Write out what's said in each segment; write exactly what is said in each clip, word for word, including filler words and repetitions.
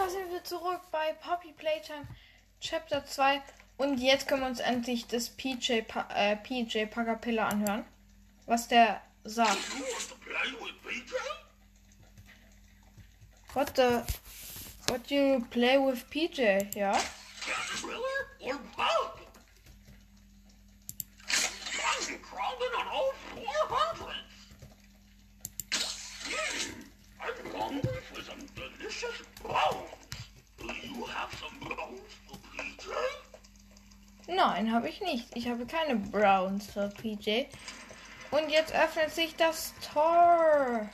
da sind wir zurück bei Puppy Playtime Chapter zwei. Und jetzt können wir uns endlich das P J, pa äh, P J Pagapilla anhören. Was der sagt. What the... What you play with P J, ja? Nein, habe ich nicht. Ich habe keine Browns für P J. Und jetzt öffnet sich das Tor.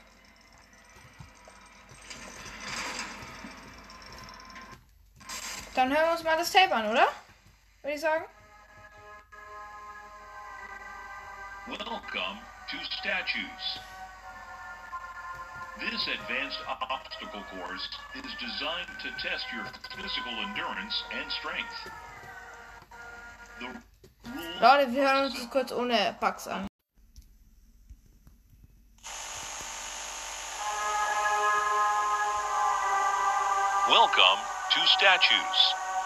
Dann hören wir uns mal das Tape an, oder? Würde ich sagen. Welcome to Statues. This advanced obstacle course is designed to test your physical endurance and strength. The rules Leute, wir hören uns das kurz ohne Bugs an. Welcome to Statues.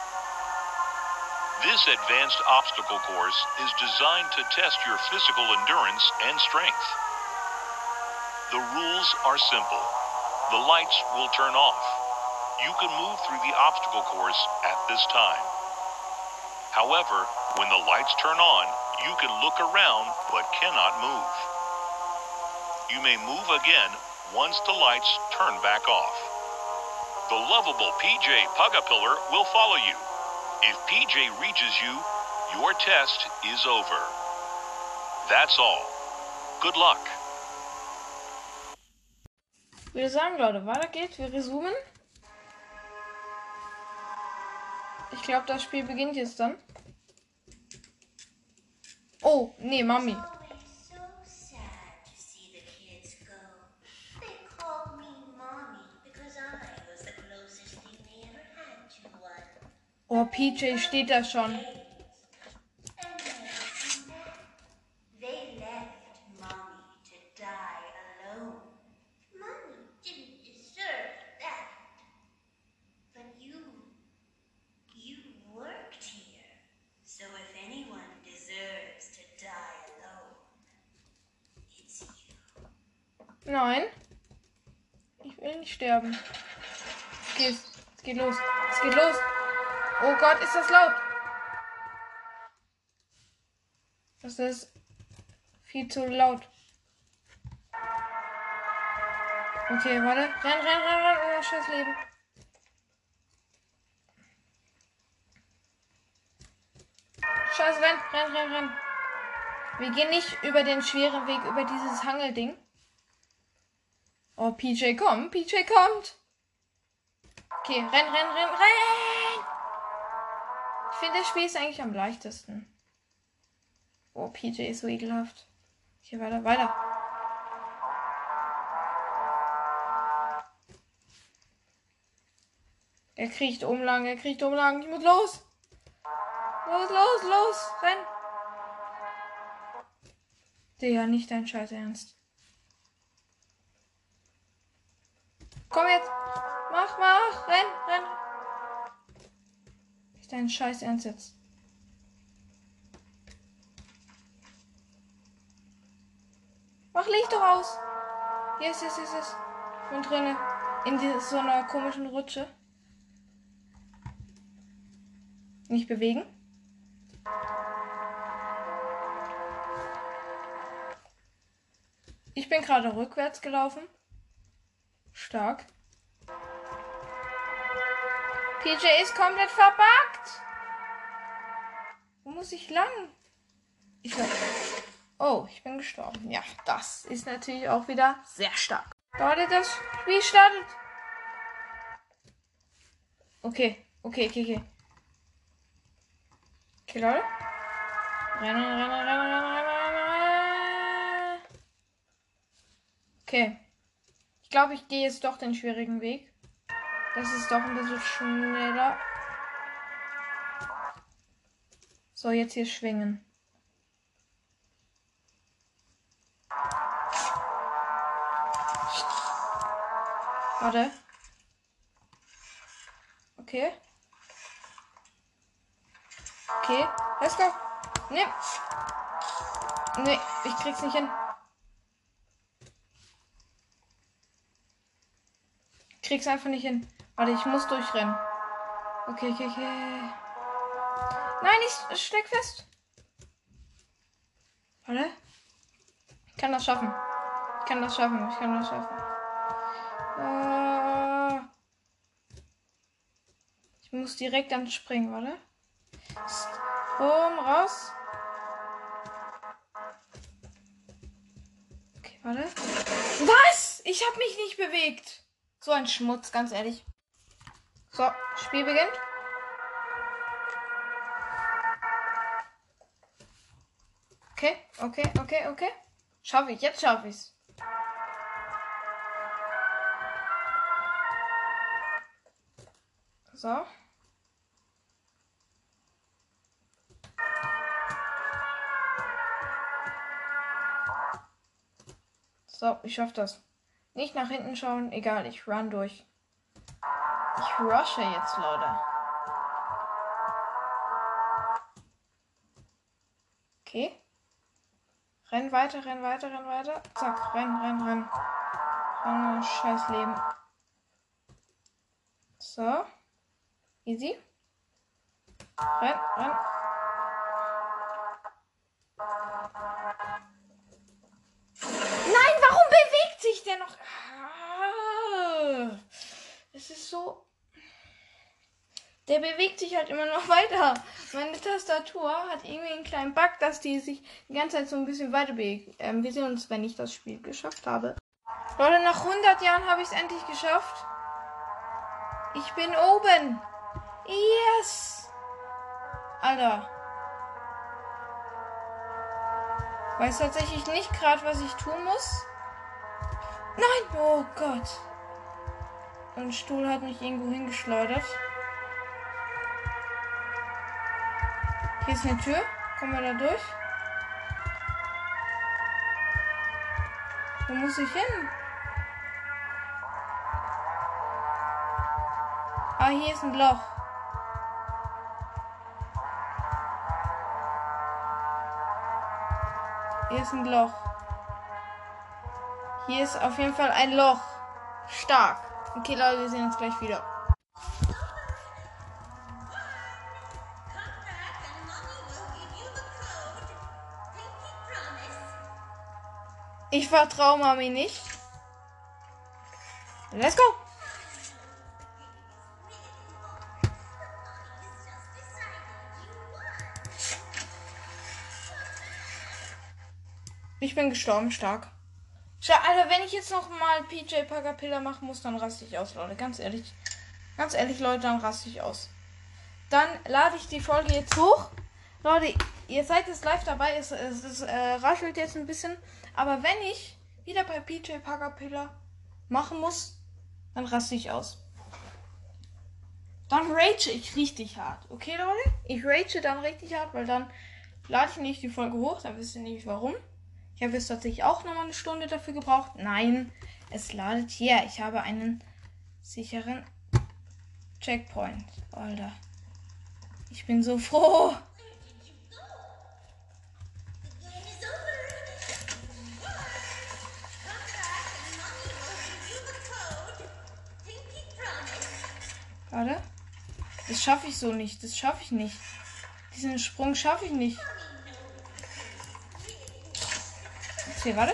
This advanced obstacle course is designed to test your physical endurance and strength. The rules are simple. The lights will turn off. You can move through the obstacle course at this time. However, when the lights turn on, you can look around but cannot move. You may move again once the lights turn back off. The lovable P J Pugapillar will follow you. If P J reaches you, your test is over. That's all. Good luck. Ich würde sagen, Leute, weiter geht's. Wir resumen. Ich glaube, das Spiel beginnt jetzt dann. Oh, nee, Mami. Oh, P J steht da schon. Nein. Ich will nicht sterben. Es geht, es geht los. Es geht los. Oh Gott, ist das laut. Das ist viel zu laut. Okay, warte. Renn, renn, renn, renn. Oh, scheiß Leben. Scheiß, renn, renn, renn, renn. Wir gehen nicht über den schweren Weg, über dieses Hangelding. Oh, P J kommt. P J kommt. Okay, renn, renn, renn, renn. Ich finde, das Spiel ist eigentlich am leichtesten. Oh, P J ist so ekelhaft. Hier, weiter, weiter. Er kriecht oben lang, er kriecht oben lang. Ich muss los. Los, los, los. Renn. Digga, nicht dein Scheiß Ernst. Komm jetzt. Mach, mach. Renn, renn. Ist dein Scheiß Ernst jetzt. Mach Licht doch aus. Yes, yes, yes, yes. Und drinne. In die, so einer komischen Rutsche. Nicht bewegen. Ich bin gerade rückwärts gelaufen. Stark. P J ist komplett verbuggt. Wo muss ich lang? Ich glaub... Oh, ich bin gestorben. Ja, das ist natürlich auch wieder sehr stark. Leute, das Spiel startet. Okay, okay, okay, okay. Okay, Leute. Rennen, rennen, rennen, rennen, rennen, rennen. Okay. Ich glaube, ich gehe jetzt doch den schwierigen Weg. Das ist doch ein bisschen schneller. So, jetzt hier schwingen. Warte. Okay. Okay, let's go. Nimm. Nee, ich krieg's nicht hin. Krieg's einfach nicht hin. Warte, ich muss durchrennen. Okay, okay, okay. Nein, ich steck fest. Warte. Ich kann das schaffen. Ich kann das schaffen. Ich kann das schaffen. Äh, ich muss direkt dann springen, warte. Boom, raus. Okay, warte. Was? Ich habe mich nicht bewegt. So ein Schmutz, ganz ehrlich. So, Spiel beginnt. Okay, okay, okay, okay. Schaffe ich, jetzt schaffe ich's. So. So, ich schaff das. Nicht nach hinten schauen, egal, ich run durch. Ich rushe jetzt, Leute. Okay. Renn weiter, renn weiter, renn weiter. Zack, renn, renn, renn. Renn, scheiß Leben. So. Easy. Renn, renn. Nein, warum bewegt sich der noch? Es ist so... Der bewegt sich halt immer noch weiter. Meine Tastatur hat irgendwie einen kleinen Bug, dass die sich die ganze Zeit so ein bisschen weiter bewegt. Ähm, wir sehen uns, wenn ich das Spiel geschafft habe. Leute, nach hundert Jahren habe ich es endlich geschafft. Ich bin oben. Yes. Alter. Weiß tatsächlich nicht gerade, was ich tun muss. Nein. Oh Gott. Ein Stuhl hat mich irgendwo hingeschleudert. Hier ist eine Tür. Kommen wir da durch? Wo muss ich hin? Ah, hier ist ein Loch. Hier ist ein Loch. Hier ist auf jeden Fall ein Loch. Stark. Okay, Leute, wir sehen uns gleich wieder. Ich vertraue Mami nicht. Let's go. Ich bin gestorben, stark. Alter, wenn ich jetzt noch mal P J Parker Pillar machen muss, dann raste ich aus, Leute. Ganz ehrlich. Ganz ehrlich, Leute, dann raste ich aus. Dann lade ich die Folge jetzt hoch. Leute, ihr seid jetzt live dabei. Es, es, es äh, raschelt jetzt ein bisschen. Aber wenn ich wieder bei P J Parker Pillar machen muss, dann raste ich aus. Dann rage ich richtig hart. Okay, Leute? Ich rage dann richtig hart, weil dann lade ich nicht die Folge hoch. Dann wisst ihr nicht warum. Ich habe jetzt tatsächlich auch nochmal eine Stunde dafür gebraucht. Nein, es ladet hier. Ich habe einen sicheren Checkpoint. Alter. Ich bin so froh. Warte. Das schaffe ich so nicht. Das schaffe ich nicht. Diesen Sprung schaffe ich nicht. Okay, warte.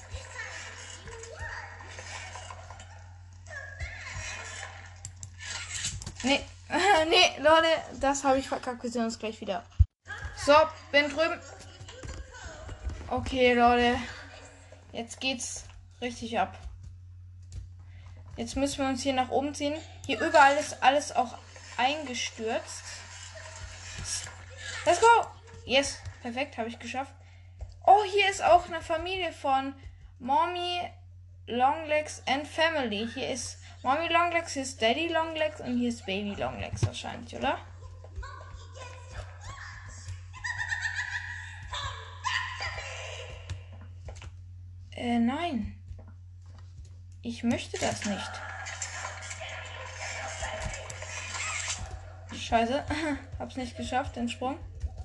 Nee. Nee, Leute, das habe ich verkackt. Wir sehen uns gleich wieder. So, bin drüben. Okay, Leute. Jetzt geht's richtig ab. Jetzt müssen wir uns hier nach oben ziehen. Hier überall ist alles auch eingestürzt. Let's go! Yes, perfekt, habe ich geschafft. Oh, hier ist auch eine Familie von Mommy Longlegs and Family. Hier ist Mommy Longlegs, hier ist Daddy Longlegs und hier ist Baby Longlegs wahrscheinlich, oder? Äh, nein. Ich möchte das nicht. Scheiße. Hab's nicht geschafft, den Sprung.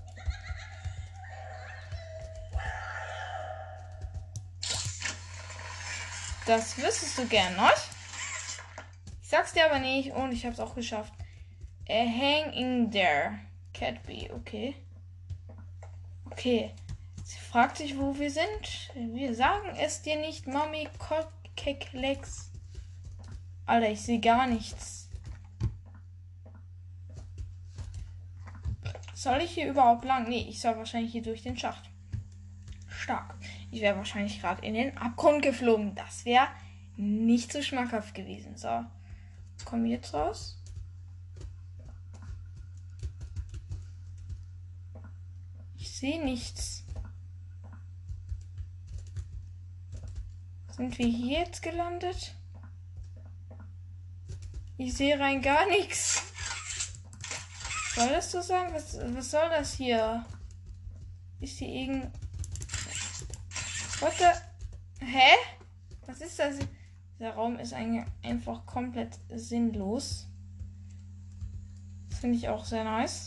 Das wüsstest du gern, ne? Ich sag's dir aber nicht und ich hab's auch geschafft. A hang in there. Cat B, okay. Okay. Sie fragt sich, wo wir sind. Wir sagen es dir nicht, Mami Keklex. Alter, ich sehe gar nichts. Soll ich hier überhaupt lang? Nee, ich soll wahrscheinlich hier durch den Schacht. Stark. Ich wäre wahrscheinlich gerade in den Abgrund geflogen. Das wäre nicht so schmackhaft gewesen. So. Kommen wir jetzt raus? Ich sehe nichts. Sind wir hier jetzt gelandet? Ich sehe rein gar nichts. Soll das so sein? Was, was soll das hier? Ist hier irgend... What the... Hä? Was ist das? Der Raum ist eigentlich einfach komplett sinnlos. Das finde ich auch sehr nice.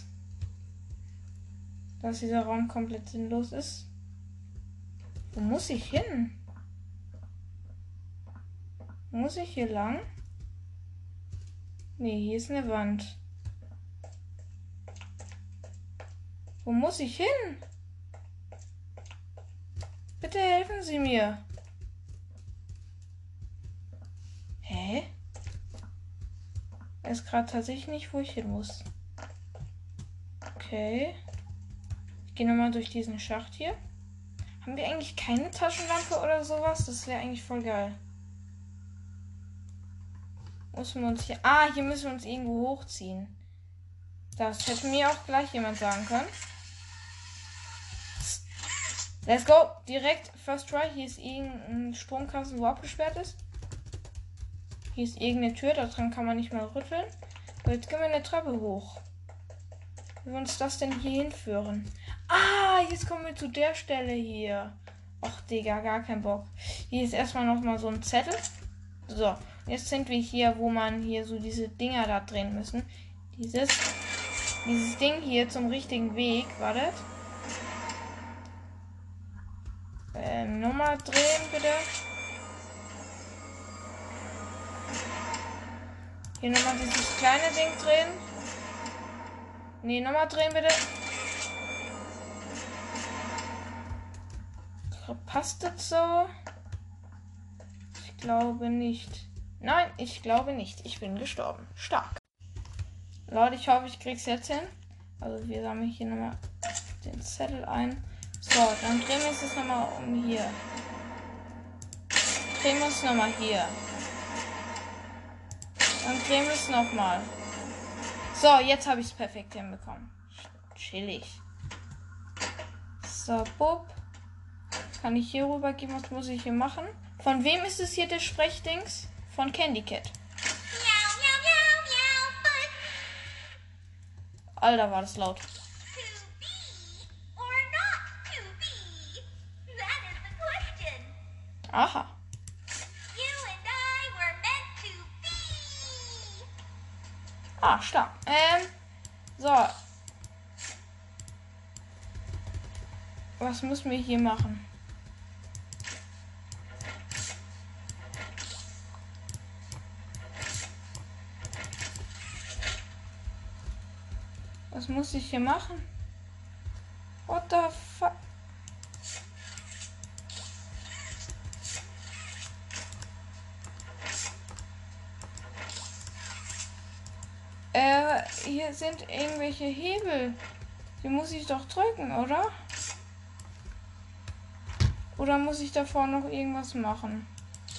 Dass dieser Raum komplett sinnlos ist. Wo muss ich hin? Muss ich hier lang? Nee, hier ist eine Wand. Wo muss ich hin? Bitte helfen Sie mir. Hä? Ich weiß gerade tatsächlich nicht, wo ich hin muss. Okay. Ich gehe nochmal durch diesen Schacht hier. Haben wir eigentlich keine Taschenlampe oder sowas? Das wäre eigentlich voll geil. Müssen wir uns hier... Ah, hier müssen wir uns irgendwo hochziehen. Das hätte mir auch gleich jemand sagen können. Let's go. Direkt, first try. Hier ist irgendein Stromkasten, wo abgesperrt ist. Hier ist irgendeine Tür, daran kann man nicht mal rütteln. Aber jetzt gehen wir eine Treppe hoch. Wie wir uns das denn hier hinführen? Ah, jetzt kommen wir zu der Stelle hier. Och, Digga, gar kein Bock. Hier ist erstmal nochmal so ein Zettel. So, jetzt sind wir hier, wo man hier so diese Dinger da drehen müssen. Dieses, dieses Ding hier zum richtigen Weg. Wartet. Ähm, nochmal drehen, bitte. Hier nochmal dieses kleine Ding drehen. Nee, nochmal drehen, bitte. Passt das so? Ich glaube nicht. Nein, ich glaube nicht. Ich bin gestorben. Stark. Leute, ich hoffe, ich krieg's jetzt hin. Also wir sammeln hier nochmal den Zettel ein. So, dann drehen wir uns das nochmal um hier. Drehen wir uns nochmal hier. Dann drehen wir es nochmal. So, jetzt habe ich es perfekt hinbekommen. Chillig. So, Bub. Kann ich hier rüber gehen? Was muss ich hier machen? Von wem ist es hier, der Sprechdings? Von Candy Cat. Alter, war das laut. Aha. Ah, stark. Ähm, so. Was müssen wir hier machen? Was muss ich hier machen? What the fuck? Äh, hier sind irgendwelche Hebel. Die muss ich doch drücken, oder? Oder muss ich davor noch irgendwas machen?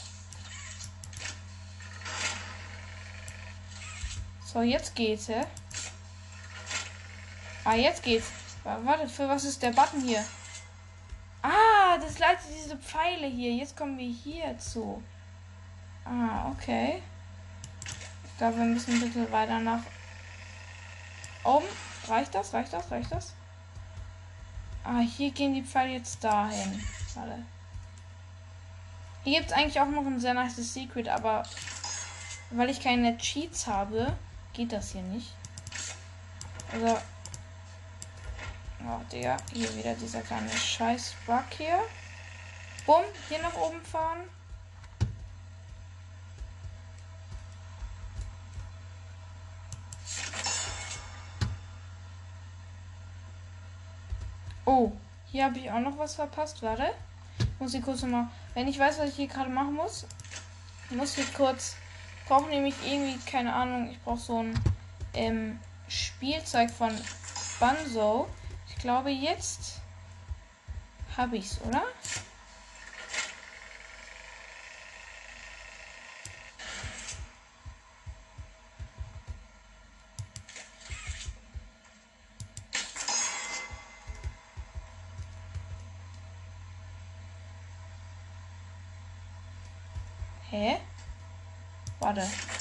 So, jetzt geht's, hä? Ah, jetzt geht's. Warte, für was ist der Button hier? Ah, das leitet diese Pfeile hier. Jetzt kommen wir hier zu. Ah, okay. Ich glaube, wir müssen ein bisschen weiter nach oben. Reicht das? Reicht das? Reicht das? Ah, hier gehen die Pfeile jetzt dahin. Warte. Hier gibt es eigentlich auch noch ein sehr nice Secret, aber weil ich keine Cheats habe, geht das hier nicht. Also. Oh, Digga. Hier wieder dieser kleine Scheiß-Bug hier. Bumm. Hier nach oben fahren. Oh. Hier habe ich auch noch was verpasst. Warte. Muss ich kurz nochmal. Wenn ich weiß, was ich hier gerade machen muss, muss ich kurz. Ich brauche nämlich irgendwie, keine Ahnung, ich brauche so ein ähm, Spielzeug von Banzo. Ich glaube, jetzt habe ich's, oder? Hä? Warte.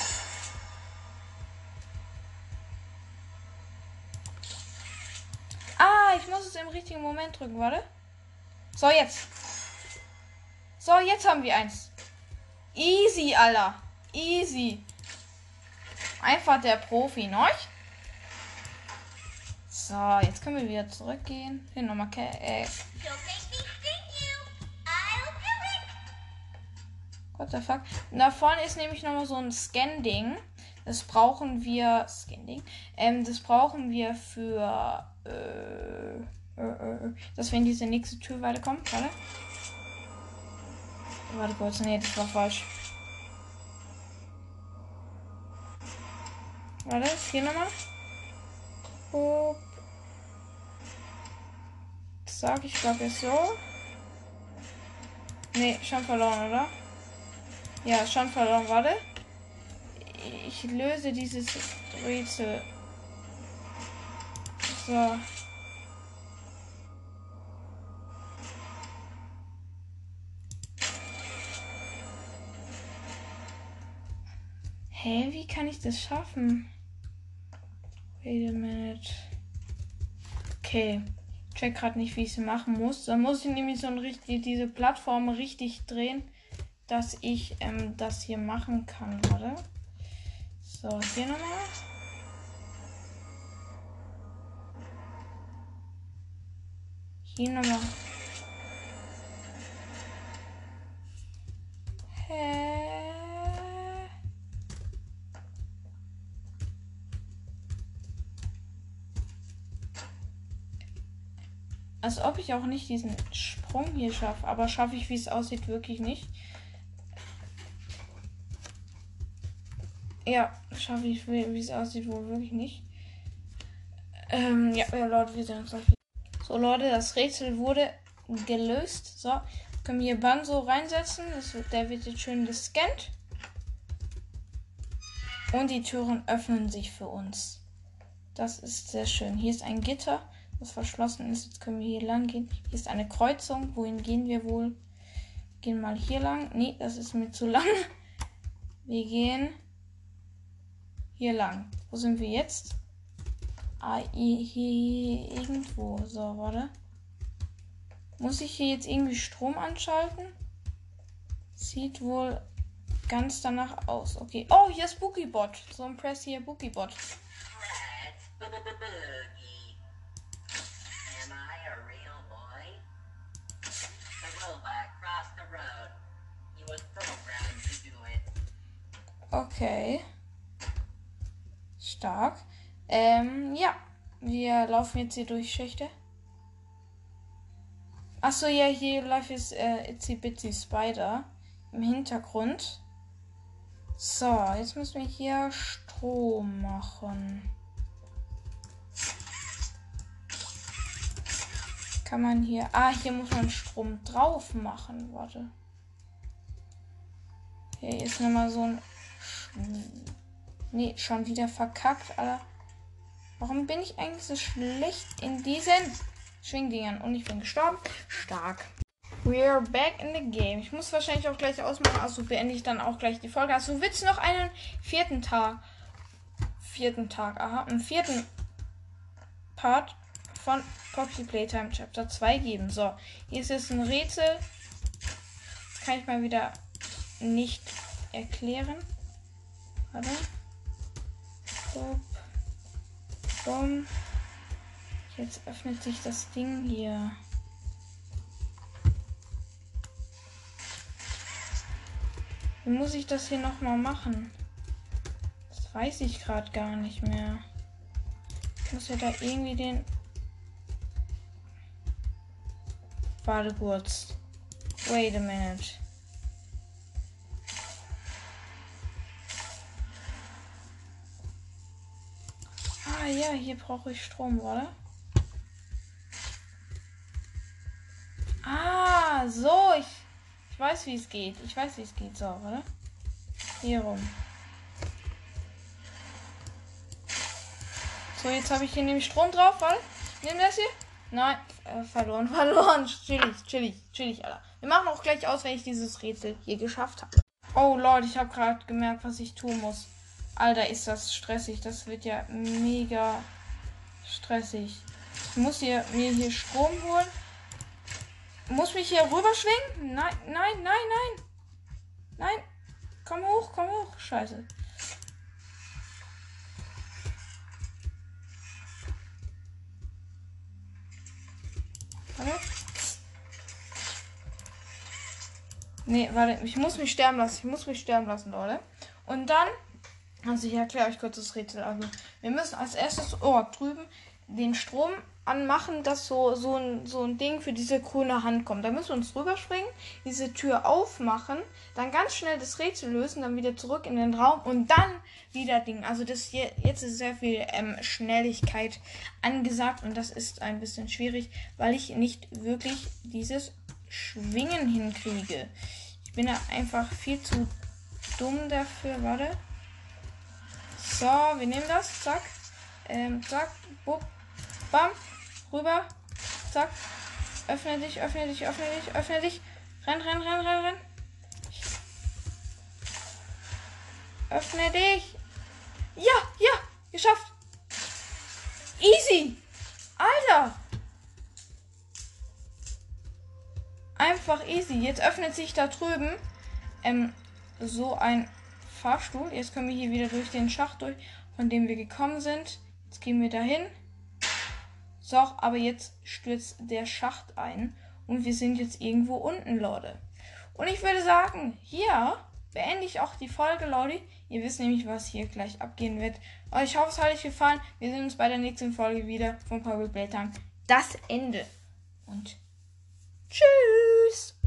Ah, ich muss es im richtigen Moment drücken, warte. So, jetzt. So, jetzt haben wir eins. Easy, Alter. Easy. Einfach der Profi, ne? So, jetzt können wir wieder zurückgehen. Hier nochmal. Äh. What the fuck? Und da vorne ist nämlich nochmal so ein Scan-Ding. Das brauchen wir. Scan-Ding. Ähm, das brauchen wir für. Äh, äh, äh, dass wir in diese nächste Tür weiterkommen. Warte. Warte kurz. Nee, das war falsch. Warte, hier nochmal. Hopp. Sag ich glaube jetzt so. Nee, schon verloren, oder? Ja, schon verloren. Warte. Ich löse dieses Rätsel. So. Hä, wie kann ich das schaffen? Wait a minute. Okay. Ich check gerade nicht, wie ich es machen muss. Dann muss ich nämlich so ein richtig, diese Plattform richtig drehen, dass ich ähm, das hier machen kann. Warte. So, hier nochmal. Hier nochmal. Hä? Als ob ich auch nicht diesen Sprung hier schaffe. Aber schaffe ich, wie es aussieht, wirklich nicht. Ja, schaffe ich, wie es aussieht, wohl wirklich nicht. Ähm, ja, ja, Leute, wir sehen uns gleich wieder. So, Leute, das Rätsel wurde gelöst. So, können wir hier Banzo reinsetzen. Das wird, der wird jetzt schön gescannt. Und die Türen öffnen sich für uns. Das ist sehr schön. Hier ist ein Gitter, das verschlossen ist. Jetzt können wir hier lang gehen. Hier ist eine Kreuzung. Wohin gehen wir wohl? Gehen mal hier lang. Nee, das ist mir zu lang. Wir gehen hier lang. Wo sind wir jetzt? Ah, hier, hier irgendwo. So, warte. Muss ich hier jetzt irgendwie Strom anschalten? Sieht wohl ganz danach aus. Okay. Oh, hier ist Boogiebot. So ein Press hier Boogiebot. Okay. Stark. Ähm, ja. Wir laufen jetzt hier durch Schächte. Achso, ja, hier läuft jetzt äh, Itsy Bitsy Spider im Hintergrund. So, jetzt müssen wir hier Strom machen. Kann man hier... Ah, hier muss man Strom drauf machen. Warte. Hier ist nochmal so ein... Nee, schon wieder verkackt, Alter. Warum bin ich eigentlich so schlecht in diesen Schwingdingern? Und ich bin gestorben. Stark. We're back in the game. Ich muss wahrscheinlich auch gleich ausmachen. Also beende ich dann auch gleich die Folge. Also wird es noch einen vierten Tag. Vierten Tag, aha. Einen vierten Part von Poppy Playtime Chapter zwei geben. So, hier ist jetzt ein Rätsel. Das kann ich mal wieder nicht erklären. Warte. Pop Bumm. Jetzt öffnet sich das Ding hier. Wie muss ich das hier nochmal machen? Das weiß ich gerade gar nicht mehr. Ich muss ja da irgendwie den... Warte kurz. Wait a minute. Ah ja, hier brauche ich Strom, oder? Ah, so. Ich, ich weiß, wie es geht. Ich weiß, wie es geht. So, oder? Hier rum. So, jetzt habe ich hier nämlich Strom drauf, weil... Nimm das hier. Nein, äh, verloren, verloren. Chillig, chillig, chillig, Alter. Wir machen auch gleich aus, wenn ich dieses Rätsel hier geschafft habe. Oh, Leute, ich habe gerade gemerkt, was ich tun muss. Alter, ist das stressig. Das wird ja mega stressig. Ich muss hier, mir hier Strom holen. Muss mich hier rüberschwingen? Nein, nein, nein, nein. Nein. Komm hoch, komm hoch. Scheiße. Warte. Nee, warte. Ich muss mich sterben lassen. Ich muss mich sterben lassen, Leute. Und dann... Also ich erkläre euch kurz das Rätsel. Also wir müssen als erstes oh, drüben den Strom anmachen, dass so, so, ein, so ein Ding für diese grüne Hand kommt. Da müssen wir uns rüberspringen, diese Tür aufmachen, dann ganz schnell das Rätsel lösen, dann wieder zurück in den Raum und dann wieder Ding. Also das hier, jetzt ist sehr viel ähm, Schnelligkeit angesagt und das ist ein bisschen schwierig, weil ich nicht wirklich dieses Schwingen hinkriege. Ich bin da einfach viel zu dumm dafür. Warte. So, wir nehmen das. Zack. Ähm, zack. Bup. Bam. Rüber. Zack. Öffne dich, öffne dich, öffne dich, öffne dich. Renn, renn, renn, renn, renn. Öffne dich. Ja, ja. Geschafft. Easy. Alter. Einfach easy. Jetzt öffnet sich da drüben ähm, so ein Fahrstuhl. Jetzt können wir hier wieder durch den Schacht durch, von dem wir gekommen sind. Jetzt gehen wir dahin. So, aber jetzt stürzt der Schacht ein und wir sind jetzt irgendwo unten, Leute. Und ich würde sagen, hier beende ich auch die Folge, Leute. Ihr wisst nämlich, was hier gleich abgehen wird. Und ich hoffe, es hat euch gefallen. Wir sehen uns bei der nächsten Folge wieder von Power Playtime. Das Ende. Und tschüss.